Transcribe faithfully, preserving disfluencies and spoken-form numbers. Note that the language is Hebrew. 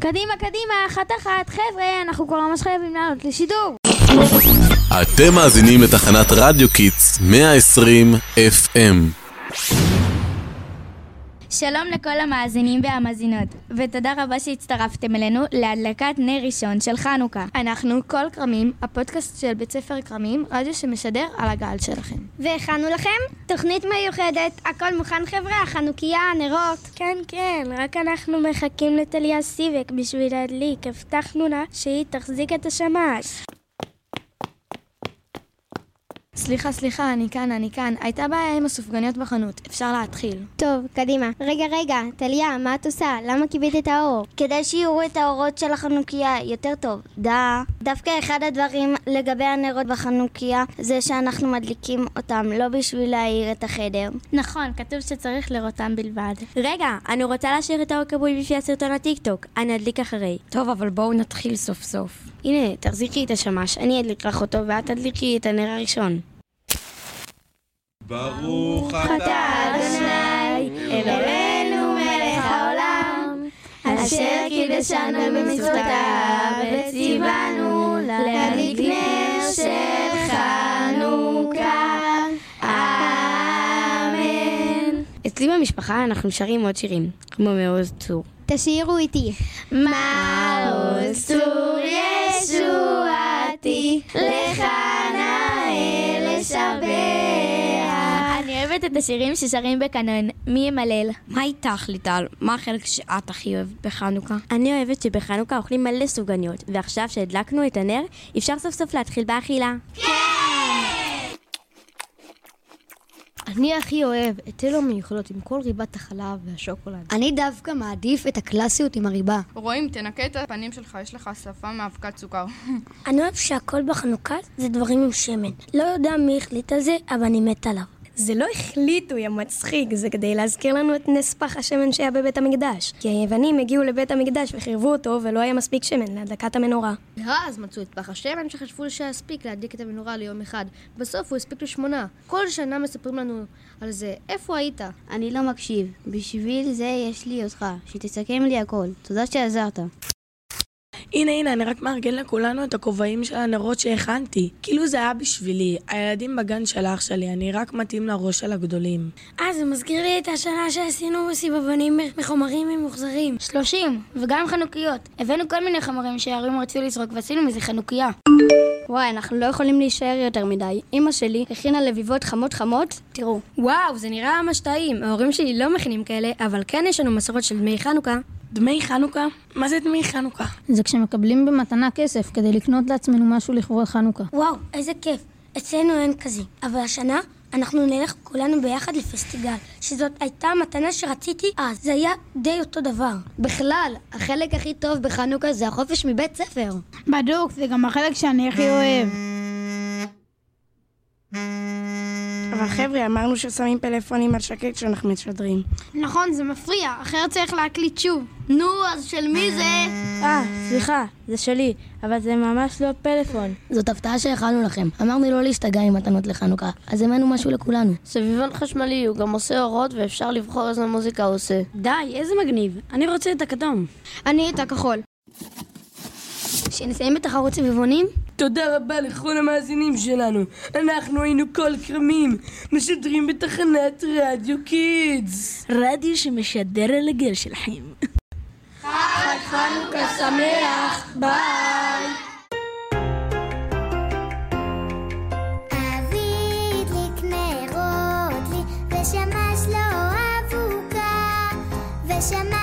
קדימה, קדימה, אחת אחת, חבר'ה, אנחנו כבר ממש חייבים לעלות לשידור. אתם מאזינים לתחנת רדיו קיטס מאה ועשרים אף אם. שלום לכל המאזינים והמאזינות, ותודה רבה שהצטרפתם אלינו להדלקת נר ראשון של חנוכה. אנחנו כל קרמים, הפודקאסט של בית ספר קרמים, רדיו שמשדר על הגל שלכם. והכנו לכם תוכנית מיוחדת, הכל מוכן חבר'ה, החנוכיה, הנרות. כן, כן, רק אנחנו מחכים לטליה סיבק בשביל להדליק, הבטחנו לה שהיא תחזיק את השמש. סליחה, סליחה, אני כאן, אני כאן. הייתה בעיה עם הסופגניות בחנות. אפשר להתחיל. טוב, קדימה. רגע, רגע, טליה, מה את עושה? למה קיבלת את האור? כדי שיראו את האורות של החנוכיה יותר טוב. דה. דווקא אחד הדברים לגבי הנרות בחנוכיה זה שאנחנו מדליקים אותם, לא בשביל להאיר את החדר. נכון, כתוב שצריך לראותם בלבד. רגע, אני רוצה להשאיר את האור כבוי בשביל הסרטון הטיק-טוק. אני אדליק אחרי. טוב, אבל בואו נתחיל סוף סוף. הנה, תחזיקי את השמש, אני אדליק לך אותו ואת תדליקי את הנר הראשון. ברוך אתה אדוני אלוהינו מלך העולם, אשר קידשנו במצוותיו וציוונו להדליק נר של חנוכה. אמן. אצלי במשפחה אנחנו שרים עוד שירים, כמו מעוז צור. תשירו איתי. מעוז צור ישועתי, לך נאה לשבח. אני אוהבת את השירים ששרים בקנון. מי ימלל? מה איתך ליטל? מה החלק שאת הכי אוהבת בחנוכה? אני אוהבת שבחנוכה אוכלים מלא סופגניות, ועכשיו שהדלקנו את הנר, אפשר סוף סוף להתחיל באכילה. כן! אני הכי אוהב את אלו מיוחדות עם כל ריבת החלב והשוקולד. אני דווקא מעדיף את הקלאסיות עם הריבה. רואים, תנקה את הפנים שלך, יש לך שפה מאבקת סוכר. אני אוהב שהכל בחנוכה זה דברים עם שמן. לא יודע מי החליט על זה, אבל אני מת עליו. זה לא החליטו, יא מצחיק, זה כדי להזכיר לנו את נס פח השמן שהיה בבית המקדש. כי היוונים הגיעו לבית המקדש וחירבו אותו ולא היה מספיק שמן להדלקת המנורה. ואז מצאו את פח השמן שחשבו שהספיק להדליק את המנורה ליום אחד. בסוף הוא הספיק לשמונה. כל שנה מספרים לנו על זה. איפה היית? אני לא מקשיב. בשביל זה יש לי אותך, שתסכם לי הכל. תודה שעזרת. הנה הנה, אני רק מארגן לכולנו את הכובעים של הנרות שהכנתי. כאילו זה היה בשבילי, הילדים בגן של אח שלי, אני רק מתאים לראש של הגדולים. אה, זה מזכיר לי את השנה שעשינו סיבבונים מחומרים ממוחזרים. שלושים, וגם חנוכיות. הבאנו כל מיני חומרים שההורים רצו לזרוק ועשינו מזה חנוכיה. וואי, אנחנו לא יכולים להישאר יותר מדי. אמא שלי הכינה לביבות חמות חמות, תראו. וואו, זה נראה ממש טעים. ההורים שלי לא מכינים כאלה, אבל כן יש לנו מסורת של דמי חנוכה. דמי חנוכה? מה זה דמי חנוכה? זה כשמקבלים במתנה כסף כדי לקנות לעצמנו משהו לכבוד חנוכה. וואו, איזה כיף. אצלנו אין כזה. אבל השנה אנחנו נלך כולנו ביחד לפסטיגל, שזאת הייתה המתנה שרציתי אז. זה היה די אותו דבר. בכלל, החלק הכי טוב בחנוכה זה החופש מבית ספר. בדוק, זה גם החלק שאני הכי אוהב. אבל חבר'ה, אמרנו ששמים פלאפונים על שקט כשאנחנו משדרים. נכון, זה מפריע, אחרת צריך להקליט שוב. נו, אז של מי זה? אה, סליחה, זה שלי, אבל זה ממש לא פלאפון. זאת הפתעה שהכנו לכם. אמרנו לא להשתגע עם מתנות לחנוכה, אז אמנו משהו לכולנו. סביבון חשמלי, הוא גם עושה אורות ואפשר לבחור איזה מוזיקה הוא עושה. די, איזה מגניב. אני רוצה את הכתום. אני את הכחול. שנסיים בתחרות סביבונים? תודה רבה לכל המאזינים שלנו. אנחנו היינו כל קרמים, משדרים בתחנת רדיו קידס. רדיו שמשדר על הגל שלכם. חג חנוכה שמח, ביי! אבי הדליק נרות לי, ושמש לו אבוקה, ושמש